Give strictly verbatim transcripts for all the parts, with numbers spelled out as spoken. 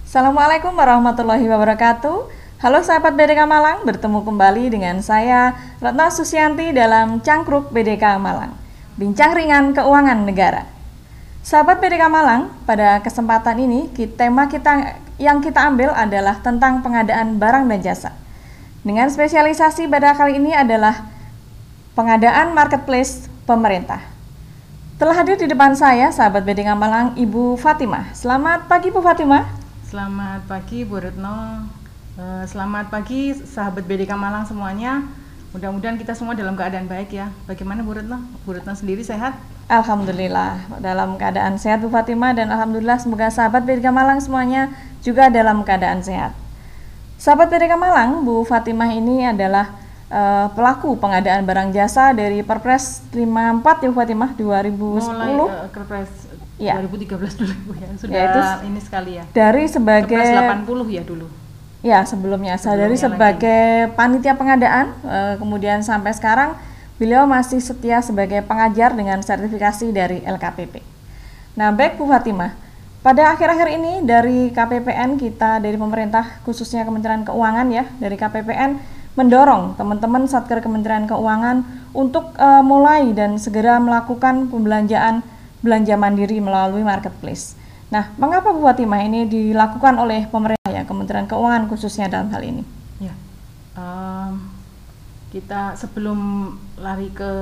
Assalamualaikum warahmatullahi wabarakatuh. Halo sahabat B D K Malang, bertemu kembali dengan saya Retno Susianti dalam Cangkruk B D K Malang, Bincang Ringan Keuangan Negara. Sahabat B D K Malang, pada kesempatan ini tema kita yang kita ambil adalah tentang pengadaan barang dan jasa. Dengan spesialisasi pada kali ini adalah pengadaan marketplace pemerintah. Telah hadir di depan saya sahabat B D K Malang, Ibu Fatimah. Selamat pagi Bu Fatimah. Selamat pagi Bu Retno, selamat pagi sahabat B D K Malang semuanya. Mudah-mudahan kita semua dalam keadaan baik ya. Bagaimana Bu Retno? Bu Retno sendiri sehat? Alhamdulillah dalam keadaan sehat Bu Fatimah, dan Alhamdulillah semoga sahabat B D K Malang semuanya juga dalam keadaan sehat. Sahabat B D K Malang, Bu Fatimah ini adalah uh, pelaku pengadaan barang jasa dari Perpres lima puluh empat ya Bu Fatimah dua ribu sepuluh. Mulai uh, Perpres ya. dua ribu tiga belas dulu ya, sudah ya, itu ini sekali ya. Dari sebagai Perpres delapan puluh ya dulu. Ya sebelumnya, saya dari sebagai lagi. panitia pengadaan, uh, kemudian sampai sekarang beliau masih setia sebagai pengajar dengan sertifikasi dari L K P P. Nah baik Bu Fatimah, pada akhir-akhir ini dari K P P N kita, dari pemerintah khususnya Kementerian Keuangan ya, dari K P P N mendorong teman-teman Satker Kementerian Keuangan untuk uh, mulai dan segera melakukan pembelanjaan belanja mandiri melalui marketplace. Nah, mengapa Bu Fatimah ini dilakukan oleh pemerintah ya, Kementerian Keuangan khususnya dalam hal ini? Ya, um, kita sebelum lari ke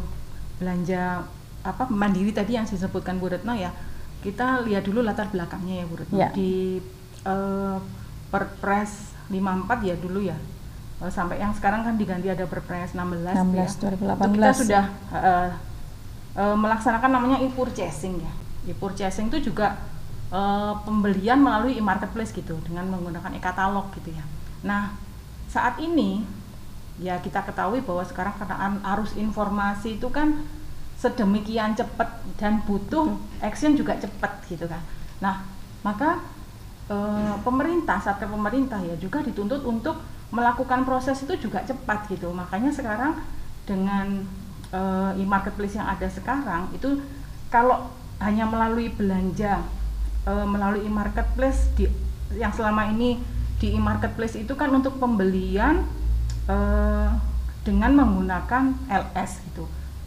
belanja apa mandiri tadi yang disebutkan Bu Retno ya, kita lihat dulu latar belakangnya ya Bu Retno. Ya. Di uh, Perpres lima puluh empat ya dulu ya, uh, sampai yang sekarang kan diganti ada Perpres enam belas, enam belas ya. dua ribu delapan belas. Itu kita sudah uh, uh, melaksanakan namanya e-purchasing ya. E-purchasing itu juga uh, pembelian melalui e-marketplace gitu, dengan menggunakan e-katalog gitu ya. Nah, saat ini ya kita ketahui bahwa sekarang karena arus informasi itu kan sedemikian cepat dan butuh action juga cepat gitu kan. Nah, maka e, pemerintah, satker pemerintah ya juga dituntut untuk melakukan proses itu juga cepat gitu. Makanya sekarang dengan e, e-marketplace yang ada sekarang itu, kalau hanya melalui belanja e, melalui e-marketplace di, yang selama ini di e-marketplace itu kan untuk pembelian e, dengan menggunakan L S gitu.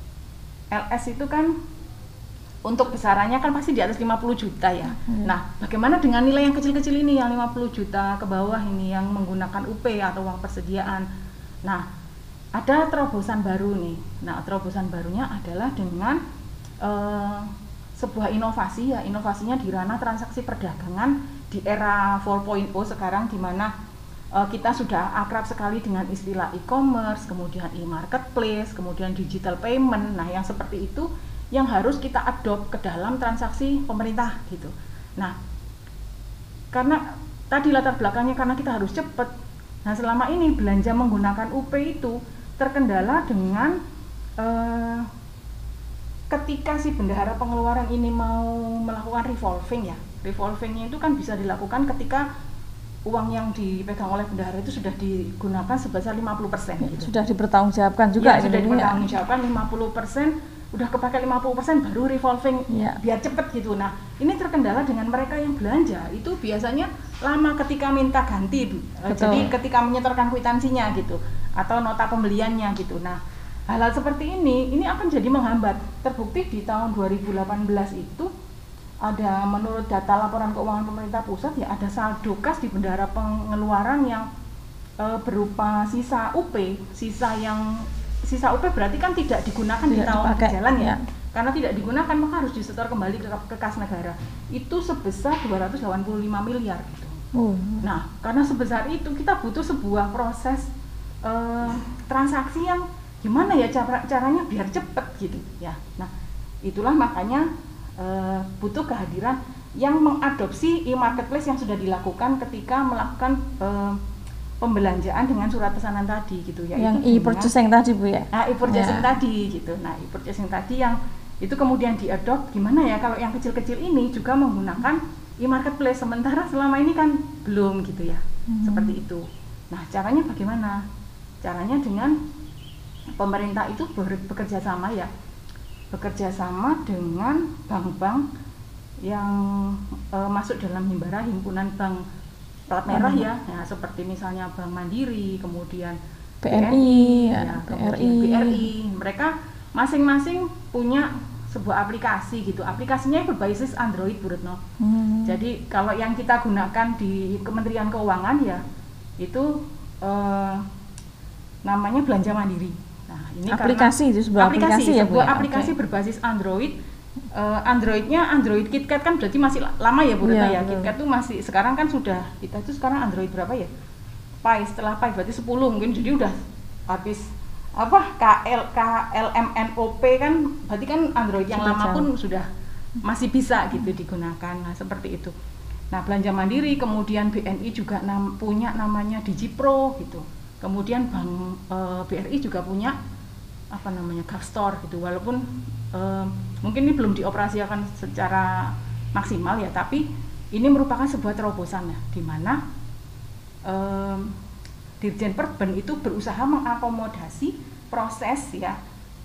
L S itu kan untuk besarannya kan pasti di atas lima puluh juta ya. Hmm. Nah, bagaimana dengan nilai yang kecil-kecil ini yang lima puluh juta ke bawah ini yang menggunakan U P atau uang persediaan. Nah, ada terobosan baru nih. Nah, terobosan barunya adalah dengan uh, sebuah inovasi ya, inovasinya di ranah transaksi perdagangan di era empat titik nol sekarang, di mana Uh, kita sudah akrab sekali dengan istilah e-commerce, kemudian e-marketplace, kemudian digital payment. Nah, yang seperti itu yang harus kita adopt ke dalam transaksi pemerintah gitu. Nah, karena tadi latar belakangnya karena kita harus cepat. Nah, selama ini belanja menggunakan U P itu terkendala dengan uh, ketika si bendahara pengeluaran ini mau melakukan revolving ya. Revolvingnya itu kan bisa dilakukan ketika uang yang dipegang oleh bendahara itu sudah digunakan sebesar lima puluh persen gitu. Sudah dipertanggungjawabkan juga ya, sudah dipertanggungjawabkan lima puluh persen, udah kepakai lima puluh persen baru revolving ya, biar cepet gitu. Nah, ini terkendala dengan mereka yang belanja itu biasanya lama ketika minta ganti. Betul. Jadi ketika menyetorkan kwitansinya gitu atau nota pembeliannya gitu. Nah, hal-hal seperti ini ini akan jadi menghambat. Terbukti di tahun dua ribu delapan belas itu ada, menurut data laporan keuangan pemerintah pusat ya, ada saldo kas di bendahara pengeluaran yang e, berupa sisa U P, sisa yang sisa U P berarti kan tidak digunakan tidak di tahun dipakai, berjalan ya. ya. Karena tidak digunakan maka harus disetor kembali ke, ke kas negara. Itu sebesar dua ratus delapan puluh lima miliar gitu. Uh. Nah, karena sebesar itu kita butuh sebuah proses e, transaksi yang gimana ya cara, caranya biar cepet gitu ya. Nah, itulah makanya Uh, butuh kehadiran yang mengadopsi e-marketplace yang sudah dilakukan ketika melakukan uh, pembelanjaan dengan surat pesanan tadi gitu ya. Yang e-purchasing tadi Bu ya. Nah, e-purchasing ya. tadi gitu. Nah, e-purchasing tadi yang itu kemudian diadopt gimana ya kalau yang kecil-kecil ini juga menggunakan e-marketplace, sementara selama ini kan belum gitu ya. Hmm. Seperti itu. Nah, caranya bagaimana? Caranya dengan pemerintah itu bekerja sama ya. bekerja sama dengan bank-bank yang uh, masuk dalam himbara himpunan bank plat merah hmm. ya, ya seperti misalnya Bank Mandiri, kemudian B N I, ya, ya, kemudian B R I, mereka masing-masing punya sebuah aplikasi gitu. Aplikasinya berbasis Android, Bu Retno. Hmm. Jadi kalau yang kita gunakan di Kementerian Keuangan ya itu eh, namanya Belanja Mandiri. Nah, ini aplikasi itu sebuah aplikasi, aplikasi ya, Bu. Sebuah aplikasi okay. berbasis Android. Uh, Androidnya Android KitKat kan berarti masih lama ya Bu Retno ya. KitKat tuh masih sekarang kan sudah kita itu sekarang Android berapa ya? Pi setelah Pi berarti sepuluh mungkin, jadi udah habis apa K L K L M N O P kan berarti kan Android yang sudah lama jauh. Pun sudah masih bisa gitu digunakan. Nah, seperti itu. Nah, Belanja Mandiri kemudian B N I juga nam, punya namanya DigiPro gitu. Kemudian Bank e, B R I juga punya apa namanya Gapstore gitu. Walaupun e, mungkin ini belum dioperasikan secara maksimal ya, tapi ini merupakan sebuah terobosan ya, di mana um, Dirjen Perben itu berusaha mengakomodasi proses ya,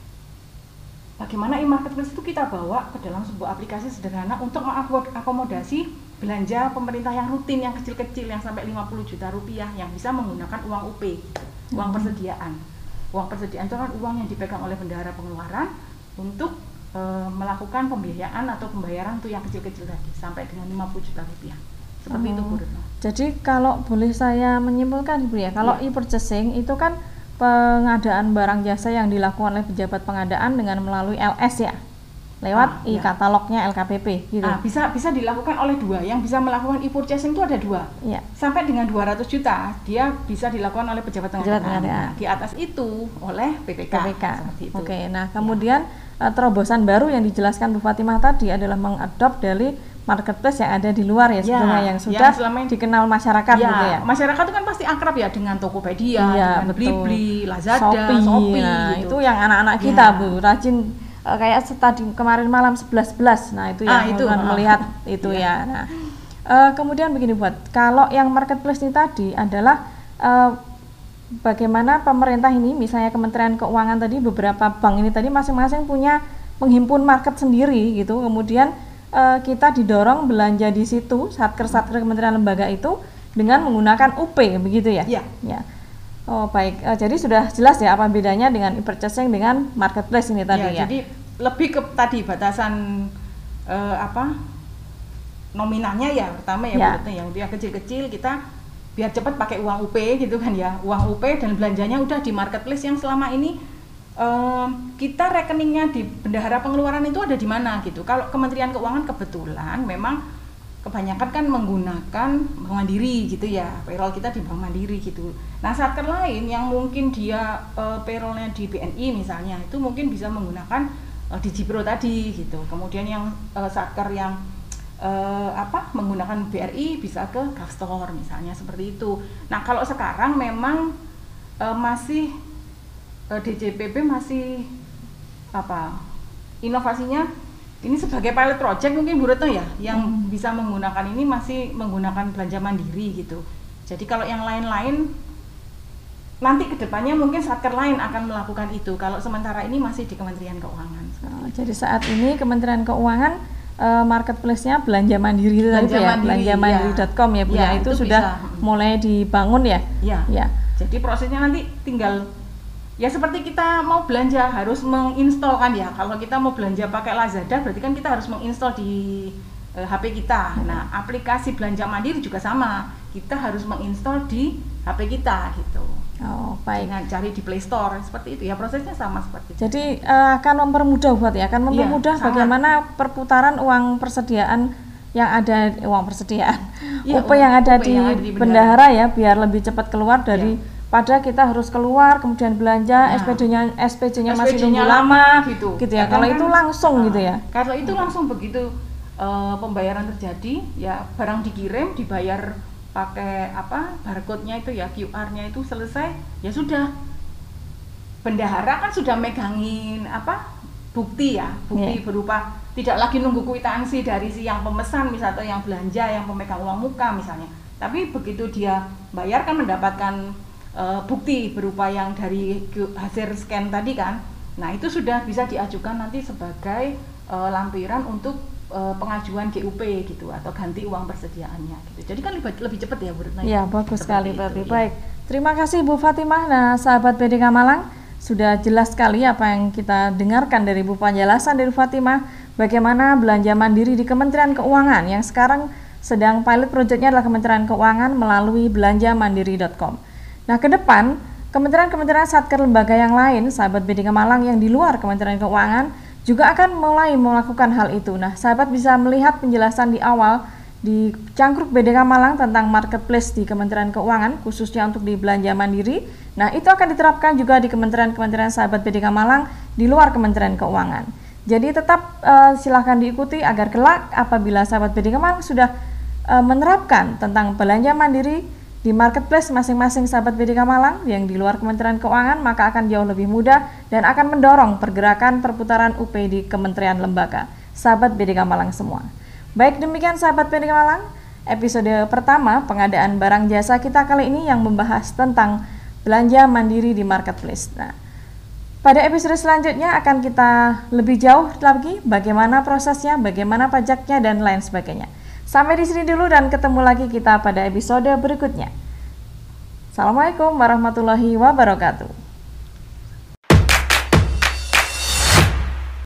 bagaimana e-marketplace itu kita bawa ke dalam sebuah aplikasi sederhana untuk mengakomodasi belanja pemerintah yang rutin, yang kecil-kecil, yang sampai lima puluh juta rupiah, yang bisa menggunakan uang U P, uang persediaan. Uang persediaan itu kan uang yang dipegang oleh bendahara pengeluaran untuk E, melakukan pembiayaan atau pembayaran untuk yang kecil-kecil tadi sampai dengan lima puluh juta rupiah. Seperti oh, itu Bu Retno. Jadi kalau boleh saya menyimpulkan Bu ya, kalau ya. e-purchasing itu kan pengadaan barang jasa yang dilakukan oleh pejabat pengadaan dengan melalui L S ya, lewat ah, e-katalognya ya. L K P P gitu. Ah, bisa bisa dilakukan oleh dua. Yang bisa melakukan e-purchasing itu ada dua. Ya. Sampai dengan dua ratus juta dia bisa dilakukan oleh pejabat pengadaan. Nah, di atas itu oleh P P K. P P K. Oke, okay. Nah kemudian ya. terobosan baru yang dijelaskan Bu Fatimah tadi adalah mengadop dari marketplace yang ada di luar ya, sebetulnya ya, yang sudah yang dikenal masyarakat ya, gitu ya. Masyarakat itu kan pasti akrab ya dengan Tokopedia, ya, dengan Blibli, Lazada, Shopee, Shopee nah, gitu. Itu yang anak-anak kita ya. Bu, rajin uh, kayak tadi kemarin malam sebelas sebelas. Nah, itu yang ah, itu, uh, melihat itu ya. ya. Nah, uh, kemudian begini buat, kalau yang marketplace ini tadi adalah uh, bagaimana pemerintah ini, misalnya Kementerian Keuangan tadi, beberapa bank ini tadi masing-masing punya menghimpun market sendiri gitu, kemudian uh, kita didorong belanja di situ, satker-satker kementerian lembaga itu dengan menggunakan U P, begitu ya? Iya. Ya. Oh baik, uh, jadi sudah jelas ya apa bedanya dengan e-purchasing dengan marketplace ini tadi ya? Ya, jadi lebih ke tadi batasan uh, apa nominalnya ya, pertama ya, ya. yang dia kecil-kecil kita biar cepat pakai uang U P gitu kan ya, uang U P dan belanjanya udah di marketplace yang selama ini um, kita rekeningnya di bendahara pengeluaran itu ada di mana gitu. Kalau Kementerian Keuangan kebetulan memang kebanyakan kan menggunakan Bank Mandiri gitu ya, payroll kita di Bank Mandiri gitu. Nah satker lain yang mungkin dia uh, payrollnya di B N I misalnya itu mungkin bisa menggunakan uh, DigiPro tadi gitu. Kemudian yang uh, satker yang Uh, apa menggunakan B R I bisa ke Gapstore misalnya seperti itu. Nah kalau sekarang memang uh, masih uh, D J P B masih apa inovasinya ini sebagai pilot project mungkin Bu Retno ya, yang hmm. bisa menggunakan ini masih menggunakan belanja mandiri gitu. Jadi kalau yang lain-lain nanti kedepannya mungkin satker lain akan melakukan itu. Kalau sementara ini masih di Kementerian Keuangan. Oh, jadi saat ini Kementerian Keuangan Uh, marketplace-nya belanja mandiri itu tadi ya, belanja mandiri dot com ya Bu ya, itu, itu sudah bisa. Mulai dibangun ya. Ya. Ya. Jadi prosesnya nanti tinggal ya seperti kita mau belanja harus menginstal kan ya. Kalau kita mau belanja pakai Lazada berarti kan kita harus menginstal di uh, H P kita. Nah, aplikasi belanja mandiri juga sama. Kita harus menginstal di H P kita gitu. Oh, baik. Dengan cari di Play Store seperti itu ya, prosesnya sama seperti itu. Jadi uh, akan mempermudah buat ya, akan mempermudah ya, bagaimana perputaran uang persediaan yang ada uang persediaan ya, U P yang ada, U P di, yang ada di bendahara ya, biar lebih cepat keluar dari ya. Pada kita harus keluar kemudian belanja, nah, S P D-nya S P D-nya masih nunggu lama gitu. Gitu ya. Kalau kan, itu langsung nah, gitu ya. Kalau itu langsung begitu uh, pembayaran terjadi, ya barang dikirim, dibayar pakai apa barcode-nya itu ya, Q R-nya itu selesai, ya sudah. Bendahara kan sudah megangin apa bukti ya, bukti yeah. berupa tidak lagi nunggu kwitansi dari si yang pemesan misalnya atau yang belanja, yang pemegang uang muka misalnya. Tapi begitu dia bayar kan mendapatkan e, bukti berupa yang dari hasil scan tadi kan. Nah, itu sudah bisa diajukan nanti sebagai e, lampiran untuk uh, pengajuan G U P gitu atau ganti uang persediaannya gitu. Jadi kan lebih, lebih cepat ya Bu Retno. Iya, bagus sekali berarti. Ya. Baik. Terima kasih Bu Fatimah. Nah, sahabat B D K Malang, sudah jelas sekali apa yang kita dengarkan dari Bu, penjelasan dari Bu Fatimah bagaimana belanja mandiri di Kementerian Keuangan yang sekarang sedang pilot projectnya adalah Kementerian Keuangan melalui belanja mandiri dot com. Nah, ke depan kementerian-kementerian satker lembaga yang lain, sahabat B D K Malang yang di luar Kementerian Keuangan juga akan mulai melakukan hal itu. Nah, sahabat bisa melihat penjelasan di awal di Cangkruk B D K Malang tentang marketplace di Kementerian Keuangan, khususnya untuk di belanja mandiri. Nah, itu akan diterapkan juga di kementerian-kementerian sahabat B D K Malang di luar Kementerian Keuangan. Jadi tetap uh, silahkan diikuti agar kelak apabila sahabat B D K Malang sudah uh, menerapkan tentang belanja mandiri di marketplace masing-masing sahabat B D K Malang yang di luar Kementerian Keuangan, maka akan jauh lebih mudah dan akan mendorong pergerakan perputaran U P di kementerian lembaga sahabat B D K Malang semua. Baik, demikian sahabat B D K Malang, episode pertama pengadaan barang jasa kita kali ini yang membahas tentang belanja mandiri di marketplace. Nah, pada episode selanjutnya akan kita lebih jauh lagi bagaimana prosesnya, bagaimana pajaknya dan lain sebagainya. Sampai di sini dulu dan ketemu lagi kita pada episode berikutnya. Assalamualaikum warahmatullahi wabarakatuh.